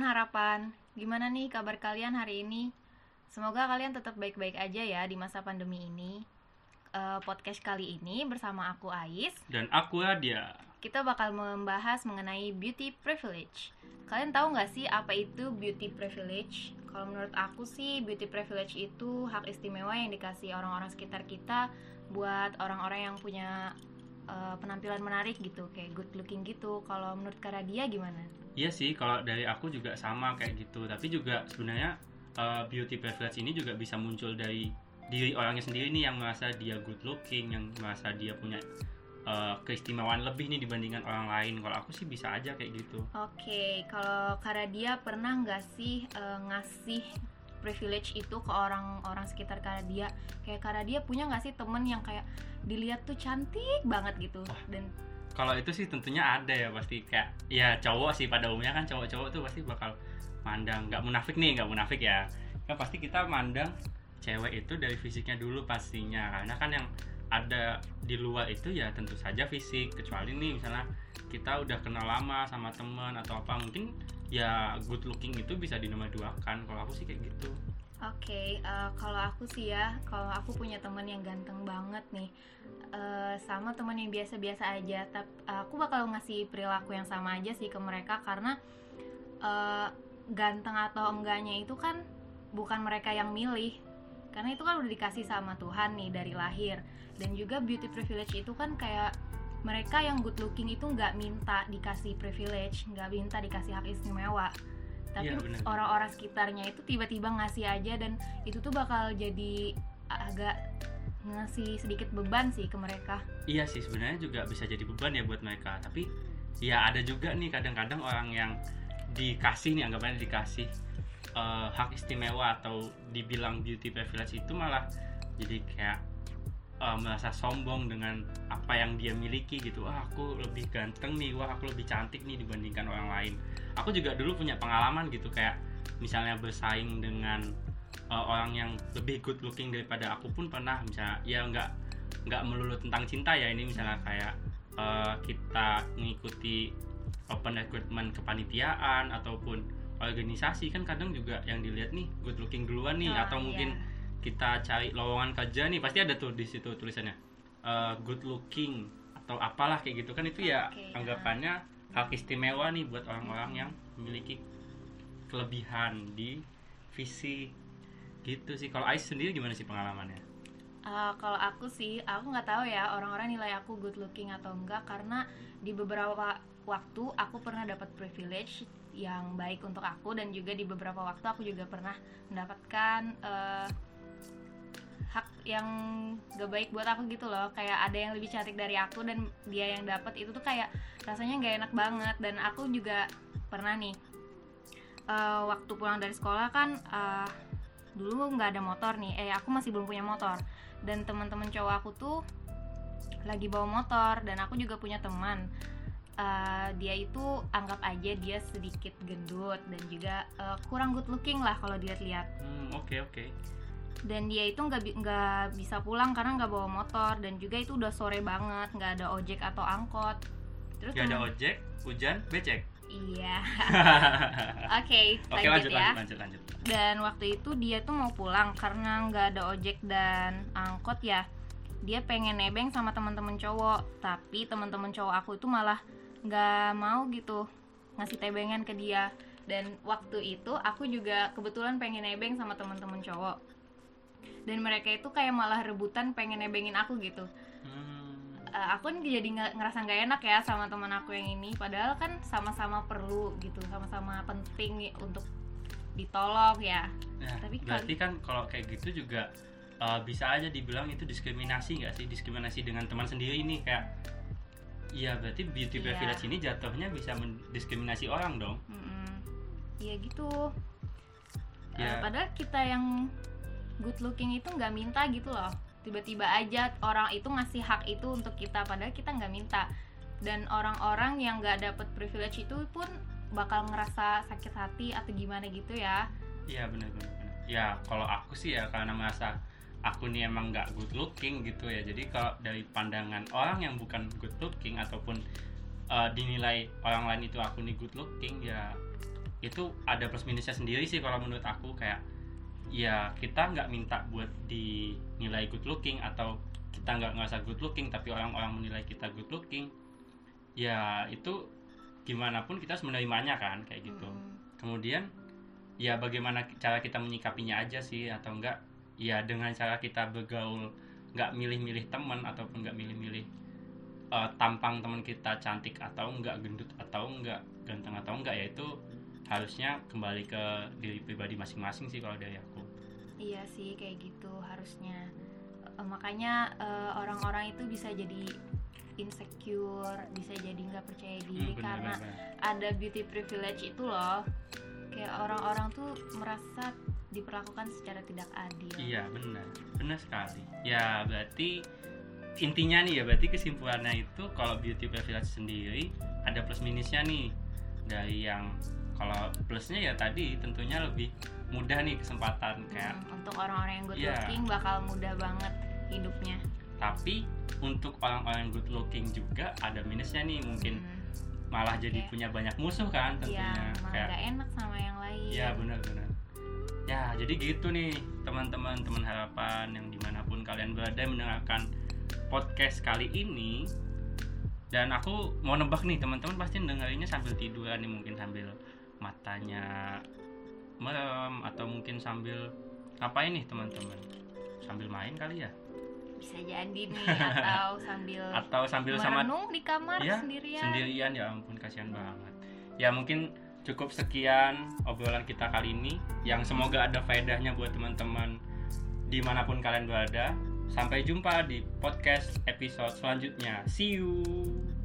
teman harapan, gimana nih kabar kalian hari ini? Semoga kalian tetap baik-baik aja ya di masa pandemi ini. Podcast kali ini bersama aku Ais. Dan aku Adia. Kita bakal membahas mengenai beauty privilege. Kalian tahu nggak sih apa itu beauty privilege? Kalau menurut aku sih beauty privilege itu hak istimewa yang dikasih orang-orang sekitar kita buat orang-orang yang punya penampilan menarik gitu, kayak good looking gitu. Kalau menurut Kak Radia gimana? Iya sih, kalau dari aku juga sama kayak gitu. Tapi juga sebenarnya beauty privilege ini juga bisa muncul dari diri orangnya sendiri nih, yang merasa dia good looking, yang merasa dia punya keistimewaan lebih nih dibandingkan orang lain. Kalau aku sih bisa aja kayak gitu. Oke, kalau Kak Radia pernah nggak sih ngasih privilege itu ke orang-orang sekitar Kak Radia? Kayak Kak Radia punya nggak sih temen yang kayak dilihat tuh cantik banget gitu? Dan kalau itu sih tentunya ada ya, pasti kayak ya cowok sih pada umumnya kan, cowok-cowok tuh pasti bakal mandang, nggak munafik ya, kan pasti kita mandang cewek itu dari fisiknya dulu pastinya, karena kan yang ada di luar itu ya tentu saja fisik, kecuali nih misalnya kita udah kenal lama sama teman atau apa, mungkin ya good looking itu bisa dinomor duakan. Kalau aku sih kayak gitu. Oke, kalau aku sih ya, kalau aku punya temen yang ganteng banget nih, sama temen yang biasa-biasa aja, tapi aku bakal ngasih perilaku yang sama aja sih ke mereka, karena ganteng atau enggaknya itu kan bukan mereka yang milih, karena itu kan udah dikasih sama Tuhan nih dari lahir. Dan juga beauty privilege itu kan kayak mereka yang good looking itu nggak minta dikasih privilege, nggak minta dikasih hak istimewa, tapi Iya, orang-orang sekitarnya itu tiba-tiba ngasih aja, dan itu tuh bakal jadi agak ngasih sedikit beban sih ke mereka. Iya sih, sebenarnya juga bisa jadi beban ya buat mereka. Tapi ya ada juga nih kadang-kadang orang yang dikasih nih, anggapannya dikasih hak istimewa atau dibilang beauty privilege itu malah jadi kayak merasa sombong dengan apa yang dia miliki gitu. Aku lebih ganteng nih, aku lebih cantik nih dibandingkan orang lain. Aku juga dulu punya pengalaman gitu, kayak misalnya bersaing dengan orang yang lebih good looking daripada aku pun pernah. Misalnya ya nggak melulu tentang cinta ya, ini misalnya kayak kita mengikuti open recruitment kepanitiaan ataupun organisasi, kan kadang juga yang dilihat nih good looking duluan nih, atau mungkin kita cari lowongan kerja nih, pasti ada tuh di situ tulisannya good looking atau apalah kayak gitu kan. Itu ya anggapannya hak istimewa nih buat orang-orang yang memiliki kelebihan di fisik gitu sih. Kalau Ais sendiri gimana sih pengalamannya? Kalau aku sih, aku nggak tahu ya orang-orang nilai aku good looking atau enggak, karena di beberapa waktu aku pernah dapat privilege yang baik untuk aku, dan juga di beberapa waktu aku juga pernah mendapatkan hak yang gak baik buat aku gitu loh. Kayak ada yang lebih cantik dari aku dan dia yang dapat, itu tuh kayak rasanya gak enak banget. Dan aku juga pernah nih waktu pulang dari sekolah kan, dulu nggak ada motor nih, aku masih belum punya motor, dan teman-teman cowok aku tuh lagi bawa motor, dan aku juga punya teman, dia itu anggap aja dia sedikit gendut dan juga kurang good looking lah kalau dilihat-lihat. Oke. Dan dia itu nggak bisa pulang karena nggak bawa motor, dan juga itu udah sore banget, nggak ada ojek atau angkot. Terus nggak ada ojek, hujan, becek. Iya. Oke, lanjut ya. Lanjut. Dan waktu itu dia tuh mau pulang karena nggak ada ojek dan angkot ya. Dia pengen nebeng sama teman-teman cowok, tapi teman-teman cowok aku itu malah nggak mau gitu ngasih tebengan ke dia. Dan waktu itu aku juga kebetulan pengen nebeng sama teman-teman cowok, dan mereka itu kayak malah rebutan pengen nebengin aku gitu. Aku jadi ngerasa nggak enak ya sama teman aku yang ini, padahal kan sama-sama perlu gitu, sama-sama penting untuk ditolong ya. Nah, tapi berarti kan kalau kayak gitu juga bisa aja dibilang itu diskriminasi nggak sih? Diskriminasi dengan teman sendiri ini, kayak ya berarti beauty privilege ini jatuhnya bisa mendiskriminasi orang dong. Iya gitu. Padahal kita yang good looking itu nggak minta gitu loh, tiba-tiba aja orang itu ngasih hak itu untuk kita, padahal kita nggak minta. Dan orang-orang yang nggak dapet privilege itu pun bakal ngerasa sakit hati atau gimana gitu ya. Iya benar. Ya kalau aku sih ya karena merasa aku nih emang nggak good looking gitu ya, jadi kalau dari pandangan orang yang bukan good looking ataupun dinilai orang lain itu aku nih good looking, ya itu ada plus minusnya sendiri sih kalau menurut aku. Kayak ya kita nggak minta buat dinilai good looking, atau kita nggak ngerasa good looking tapi orang-orang menilai kita good looking, ya itu gimana pun kita harus menerimanya kan, kayak gitu. Kemudian ya bagaimana cara kita menyikapinya aja sih, atau enggak ya dengan cara kita bergaul, nggak milih-milih teman ataupun nggak milih-milih tampang teman kita cantik atau enggak, gendut atau enggak, ganteng atau enggak, ya itu harusnya kembali ke diri pribadi masing-masing sih kalau dari aku. Iya sih kayak gitu harusnya. Makanya orang-orang itu bisa jadi insecure, bisa jadi nggak percaya diri karena ada beauty privilege itu loh. Kayak orang-orang tuh merasa diperlakukan secara tidak adil. Iya benar sekali. Ya berarti intinya nih ya, berarti kesimpulannya itu kalau beauty privilege sendiri ada plus minusnya nih. Dari yang kalau plusnya ya tadi tentunya lebih mudah nih kesempatan kayak untuk orang-orang yang good looking bakal mudah banget hidupnya. Tapi untuk orang-orang yang good looking juga ada minusnya nih, mungkin malah jadi punya banyak musuh kan tentunya. Malah kayak gak enak sama yang lain. Ya benar-benar. Ya jadi gitu nih teman-teman harapan yang dimanapun kalian berada mendengarkan podcast kali ini. Dan aku mau nebak nih, teman-teman pasti dengerinnya sambil tiduran nih, mungkin sambil matanya merem, atau mungkin sambil ngapain nih teman-teman? Sambil main kali ya? Bisa jadi nih, atau sambil merenung di kamar sendirian. Ya ampun, kasihan banget. Ya mungkin cukup sekian obrolan kita kali ini, yang semoga ada faedahnya buat teman-teman dimanapun kalian berada. Sampai jumpa di podcast episode selanjutnya. See you.